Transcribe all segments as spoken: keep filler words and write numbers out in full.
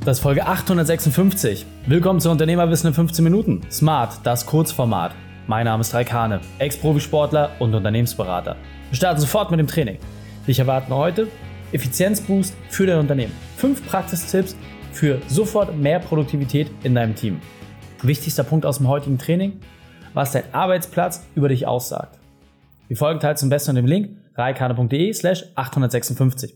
Das ist Folge achthundertsechsundfünfzig. Willkommen zu Unternehmerwissen in fünfzehn Minuten. Smart, das Kurzformat. Mein Name ist Raik Hane, Ex-Profisportler und Unternehmensberater. Wir starten sofort mit dem Training. Dich erwarten heute Effizienzboost für dein Unternehmen. Fünf Praxistipps für sofort mehr Produktivität in deinem Team. Wichtigster Punkt aus dem heutigen Training: was dein Arbeitsplatz über dich aussagt. Wie folgt halt zum besten unter dem Link raikhane.de slash achthundertsechsundfünfzig.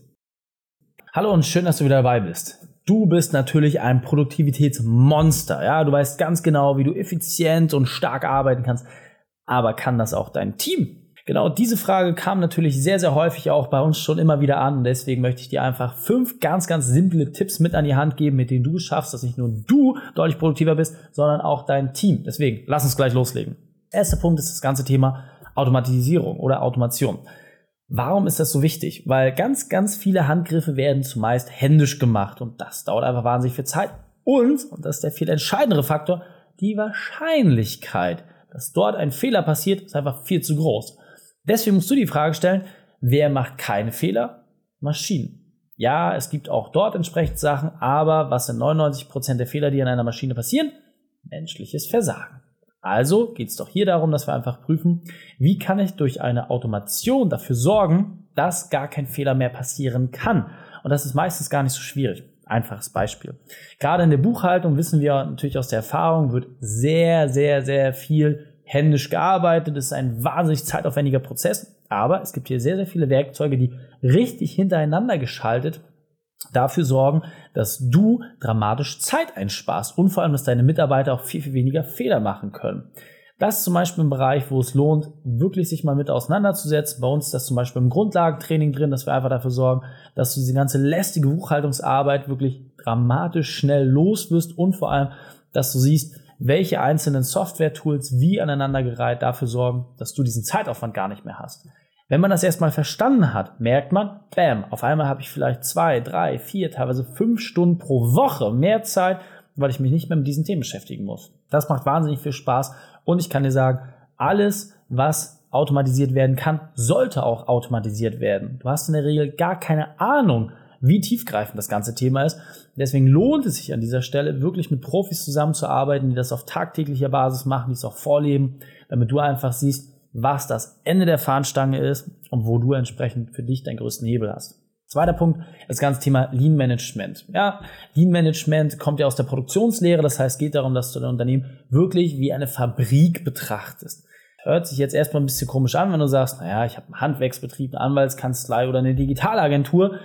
Hallo und schön, dass du wieder dabei bist. Du bist natürlich ein Produktivitätsmonster. Ja, du weißt ganz genau, wie du effizient und stark arbeiten kannst. Aber kann das auch dein Team? Genau diese Frage kam natürlich sehr, sehr häufig auch bei uns schon immer wieder an. Und deswegen möchte ich dir einfach fünf ganz, ganz simple Tipps mit an die Hand geben, mit denen du es schaffst, dass nicht nur du deutlich produktiver bist, sondern auch dein Team. Deswegen, lass uns gleich loslegen. Erster Punkt ist das ganze Thema Automatisierung oder Automation. Warum ist das so wichtig? Weil ganz, ganz viele Handgriffe werden zumeist händisch gemacht und das dauert einfach wahnsinnig viel Zeit. Und, und das ist der viel entscheidendere Faktor, die Wahrscheinlichkeit, dass dort ein Fehler passiert, ist einfach viel zu groß. Deswegen musst du die Frage stellen, wer macht keine Fehler? Maschinen. Ja, es gibt auch dort entsprechend Sachen, aber was sind neunundneunzig Prozent der Fehler, die an einer Maschine passieren? Menschliches Versagen. Also geht es doch hier darum, dass wir einfach prüfen, wie kann ich durch eine Automation dafür sorgen, dass gar kein Fehler mehr passieren kann. Und das ist meistens gar nicht so schwierig. Einfaches Beispiel. Gerade in der Buchhaltung wissen wir natürlich aus der Erfahrung, wird sehr, sehr, sehr viel händisch gearbeitet. Das ist ein wahnsinnig zeitaufwendiger Prozess. Aber es gibt hier sehr, sehr viele Werkzeuge, die richtig hintereinander geschaltet dafür sorgen, dass du dramatisch Zeit einsparst und vor allem, dass deine Mitarbeiter auch viel, viel weniger Fehler machen können. Das ist zum Beispiel ein Bereich, wo es lohnt, wirklich sich mal mit auseinanderzusetzen. Bei uns ist das zum Beispiel im Grundlagentraining drin, dass wir einfach dafür sorgen, dass du diese ganze lästige Buchhaltungsarbeit wirklich dramatisch schnell los wirst und vor allem, dass du siehst, welche einzelnen Software-Tools wie aneinandergereiht dafür sorgen, dass du diesen Zeitaufwand gar nicht mehr hast. Wenn man das erstmal verstanden hat, merkt man, bam, auf einmal habe ich vielleicht zwei, drei, vier, teilweise fünf Stunden pro Woche mehr Zeit, weil ich mich nicht mehr mit diesen Themen beschäftigen muss. Das macht wahnsinnig viel Spaß und ich kann dir sagen, alles, was automatisiert werden kann, sollte auch automatisiert werden. Du hast in der Regel gar keine Ahnung, wie tiefgreifend das ganze Thema ist. Deswegen lohnt es sich an dieser Stelle, wirklich mit Profis zusammenzuarbeiten, die das auf tagtäglicher Basis machen, die es auch vorleben, damit du einfach siehst, was das Ende der Fahnenstange ist und wo du entsprechend für dich deinen größten Hebel hast. Zweiter Punkt, das ganze Thema Lean Management. Ja, Lean Management kommt ja aus der Produktionslehre, das heißt, es geht darum, dass du dein Unternehmen wirklich wie eine Fabrik betrachtest. Hört sich jetzt erstmal ein bisschen komisch an, wenn du sagst, naja, ich habe einen Handwerksbetrieb, eine Anwaltskanzlei oder eine Digitalagentur.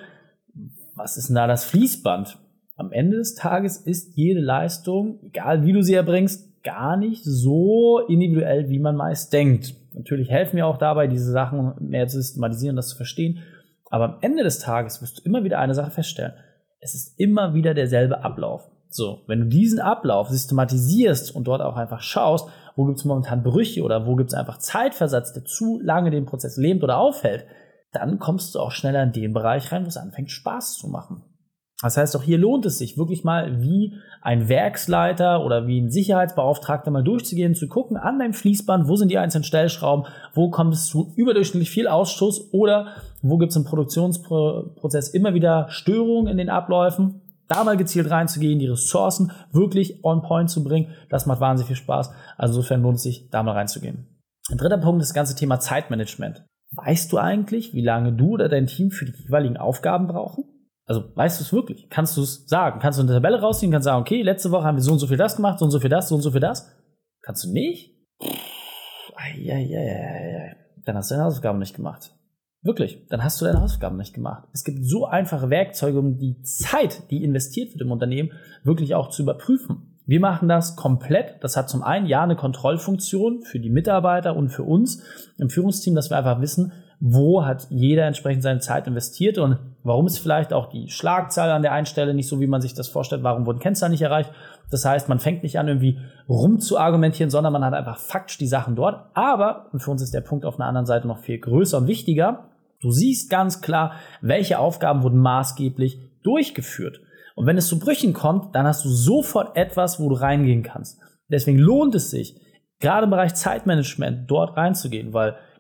Was ist denn da das Fließband? Am Ende des Tages ist jede Leistung, egal wie du sie erbringst, gar nicht so individuell, wie man meist denkt. Natürlich helfen mir auch dabei, diese Sachen mehr zu systematisieren, das zu verstehen. Aber am Ende des Tages wirst du immer wieder eine Sache feststellen. Es ist immer wieder derselbe Ablauf. So, wenn du diesen Ablauf systematisierst und dort auch einfach schaust, wo gibt es momentan Brüche oder wo gibt es einfach Zeitversatz, der zu lange den Prozess lähmt oder aufhält, dann kommst du auch schneller in den Bereich rein, wo es anfängt Spaß zu machen. Das heißt, auch hier lohnt es sich wirklich mal wie ein Werksleiter oder wie ein Sicherheitsbeauftragter mal durchzugehen, zu gucken an deinem Fließband, wo sind die einzelnen Stellschrauben, wo kommt es zu überdurchschnittlich viel Ausstoß oder wo gibt es im Produktionsprozess immer wieder Störungen in den Abläufen. Da mal gezielt reinzugehen, die Ressourcen wirklich on point zu bringen, das macht wahnsinnig viel Spaß. Also insofern lohnt es sich, da mal reinzugehen. Ein dritter Punkt ist das ganze Thema Zeitmanagement. Weißt du eigentlich, wie lange du oder dein Team für die jeweiligen Aufgaben brauchen? Also weißt du es wirklich? Kannst du es sagen? Kannst du eine Tabelle rausziehen? Kannst sagen, okay, letzte Woche haben wir so und so viel das gemacht, so und so viel das, so und so viel das? Kannst du nicht? Eieieiei. Dann hast du deine Hausaufgaben nicht gemacht. Wirklich, dann hast du deine Hausaufgaben nicht gemacht. Es gibt so einfache Werkzeuge, um die Zeit, die investiert wird im Unternehmen, wirklich auch zu überprüfen. Wir machen das komplett. Das hat zum einen ja eine Kontrollfunktion für die Mitarbeiter und für uns im Führungsteam, dass wir einfach wissen, wo hat jeder entsprechend seine Zeit investiert und warum ist vielleicht auch die Schlagzahl an der einen Stelle nicht so, wie man sich das vorstellt, warum wurden Kennzahlen nicht erreicht. Das heißt, man fängt nicht an, irgendwie rumzuargumentieren, sondern man hat einfach faktisch die Sachen dort. Aber, und für uns ist der Punkt auf einer anderen Seite noch viel größer und wichtiger, du siehst ganz klar, welche Aufgaben wurden maßgeblich durchgeführt. Und wenn es zu Brüchen kommt, dann hast du sofort etwas, wo du reingehen kannst. Deswegen lohnt es sich, gerade im Bereich Zeitmanagement dort reinzugehen, weil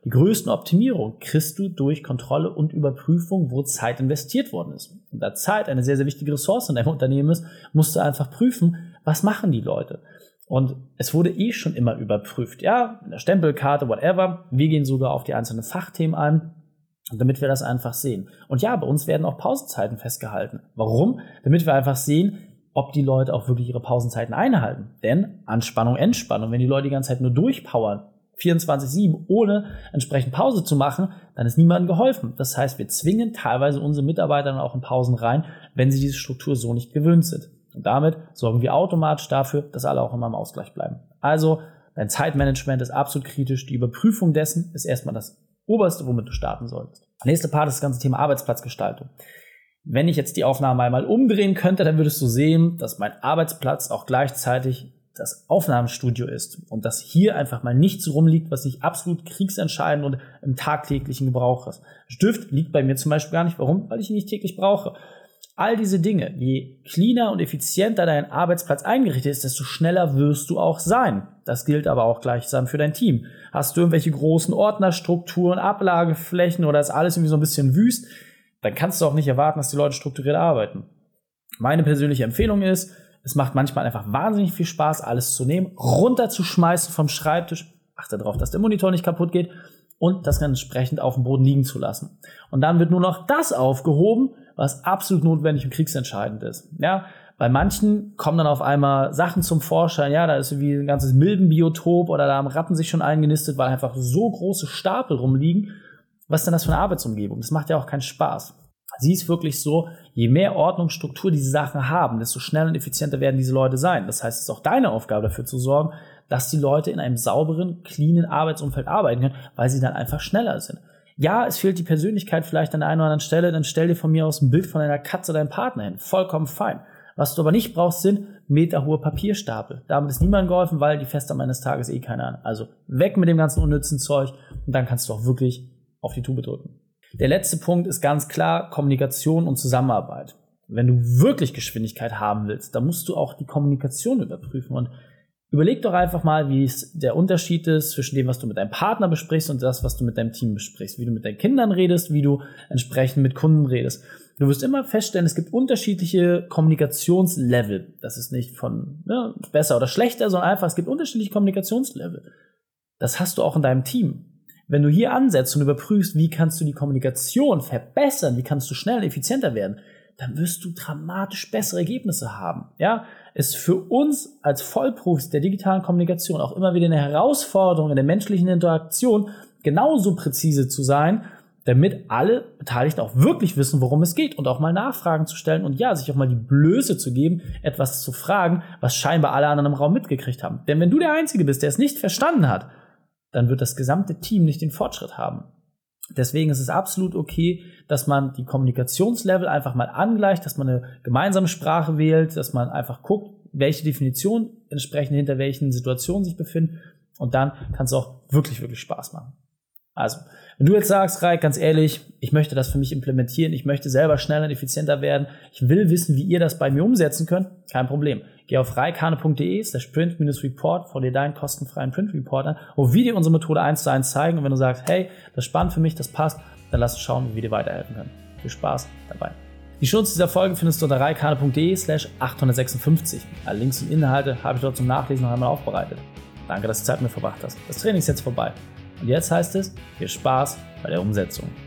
die größten Optimierungen kriegst du durch Kontrolle und Überprüfung, wo Zeit investiert worden ist. Und da Zeit eine sehr, sehr wichtige Ressource in deinem Unternehmen ist, musst du einfach prüfen, was machen die Leute. Und es wurde eh schon immer überprüft. Ja, in der Stempelkarte, whatever. Wir gehen sogar auf die einzelnen Fachthemen ein, damit wir das einfach sehen. Und ja, bei uns werden auch Pausenzeiten festgehalten. Warum? Damit wir einfach sehen, ob die Leute auch wirklich ihre Pausenzeiten einhalten. Denn Anspannung, Entspannung, wenn die Leute die ganze Zeit nur durchpowern, vierundzwanzig sieben, ohne entsprechend Pause zu machen, dann ist niemandem geholfen. Das heißt, wir zwingen teilweise unsere Mitarbeiter dann auch in Pausen rein, wenn sie diese Struktur so nicht gewöhnt sind. Und damit sorgen wir automatisch dafür, dass alle auch immer im Ausgleich bleiben. Also, dein Zeitmanagement ist absolut kritisch. Die Überprüfung dessen ist erstmal das Oberste, womit du starten solltest. Der nächste Part ist das ganze Thema Arbeitsplatzgestaltung. Wenn ich jetzt die Aufnahme einmal umdrehen könnte, dann würdest du sehen, dass mein Arbeitsplatz auch gleichzeitig das Aufnahmestudio ist und dass hier einfach mal nichts rumliegt, was nicht absolut kriegsentscheidend und im tagtäglichen Gebrauch ist. Stift liegt bei mir zum Beispiel gar nicht. Warum? Weil ich ihn nicht täglich brauche. All diese Dinge, je cleaner und effizienter dein Arbeitsplatz eingerichtet ist, desto schneller wirst du auch sein. Das gilt aber auch gleichsam für dein Team. Hast du irgendwelche großen Ordnerstrukturen, Ablageflächen oder ist alles irgendwie so ein bisschen wüst, dann kannst du auch nicht erwarten, dass die Leute strukturiert arbeiten. Meine persönliche Empfehlung ist, es macht manchmal einfach wahnsinnig viel Spaß, alles zu nehmen, runterzuschmeißen vom Schreibtisch, achte darauf, dass der Monitor nicht kaputt geht und das dann entsprechend auf dem Boden liegen zu lassen. Und dann wird nur noch das aufgehoben, was absolut notwendig und kriegsentscheidend ist. Ja, bei manchen kommen dann auf einmal Sachen zum Vorschein, ja, da ist irgendwie ein ganzes Milbenbiotop oder da haben Ratten sich schon eingenistet, weil einfach so große Stapel rumliegen. Was ist denn das für eine Arbeitsumgebung? Das macht ja auch keinen Spaß. Sie ist wirklich so, je mehr Ordnung, Struktur diese Sachen haben, desto schneller und effizienter werden diese Leute sein. Das heißt, es ist auch deine Aufgabe dafür zu sorgen, dass die Leute in einem sauberen, cleanen Arbeitsumfeld arbeiten können, weil sie dann einfach schneller sind. Ja, es fehlt die Persönlichkeit vielleicht an der einen oder anderen Stelle, dann stell dir von mir aus ein Bild von deiner Katze oder deinem Partner hin. Vollkommen fein. Was du aber nicht brauchst, sind meterhohe Papierstapel. Damit ist niemandem geholfen, weil die fest am Ende des Tages eh keiner an. Also weg mit dem ganzen unnützen Zeug und dann kannst du auch wirklich auf die Tube drücken. Der letzte Punkt ist ganz klar Kommunikation und Zusammenarbeit. Wenn du wirklich Geschwindigkeit haben willst, dann musst du auch die Kommunikation überprüfen und überleg doch einfach mal, wie es der Unterschied ist zwischen dem, was du mit deinem Partner besprichst und das, was du mit deinem Team besprichst. Wie du mit deinen Kindern redest, wie du entsprechend mit Kunden redest. Du wirst immer feststellen, es gibt unterschiedliche Kommunikationslevel. Das ist nicht von ja, besser oder schlechter, sondern einfach, es gibt unterschiedliche Kommunikationslevel. Das hast du auch in deinem Team. Wenn du hier ansetzt und überprüfst, wie kannst du die Kommunikation verbessern, wie kannst du schnell und effizienter werden, dann wirst du dramatisch bessere Ergebnisse haben. Ja, ist für uns als Vollprofis der digitalen Kommunikation auch immer wieder eine Herausforderung in der menschlichen Interaktion, genauso präzise zu sein, damit alle Beteiligten auch wirklich wissen, worum es geht und auch mal Nachfragen zu stellen und ja, sich auch mal die Blöße zu geben, etwas zu fragen, was scheinbar alle anderen im Raum mitgekriegt haben. Denn wenn du der Einzige bist, der es nicht verstanden hat, dann wird das gesamte Team nicht den Fortschritt haben. Deswegen ist es absolut okay, dass man die Kommunikationslevel einfach mal angleicht, dass man eine gemeinsame Sprache wählt, dass man einfach guckt, welche Definitionen entsprechend hinter welchen Situationen sich befinden und dann kann es auch wirklich, wirklich Spaß machen. Also, wenn du jetzt sagst, Raik, ganz ehrlich, ich möchte das für mich implementieren, ich möchte selber schneller und effizienter werden, ich will wissen, wie ihr das bei mir umsetzen könnt, kein Problem. Geh auf raikane punkt de slash print report, vor dir deinen kostenfreien Print-Report an, wo wir dir unsere Methode eins zu eins zeigen und wenn du sagst, hey, das ist spannend für mich, das passt, dann lass uns schauen, wie wir dir weiterhelfen können. Viel Spaß dabei. Die Shownotes dieser Folge findest du unter raikane punkt de slash achthundertsechsundfünfzig. Alle Links und Inhalte habe ich dort zum Nachlesen noch einmal aufbereitet. Danke, dass du Zeit mit mir verbracht hast. Das Training ist jetzt vorbei. Und jetzt heißt es, viel Spaß bei der Umsetzung.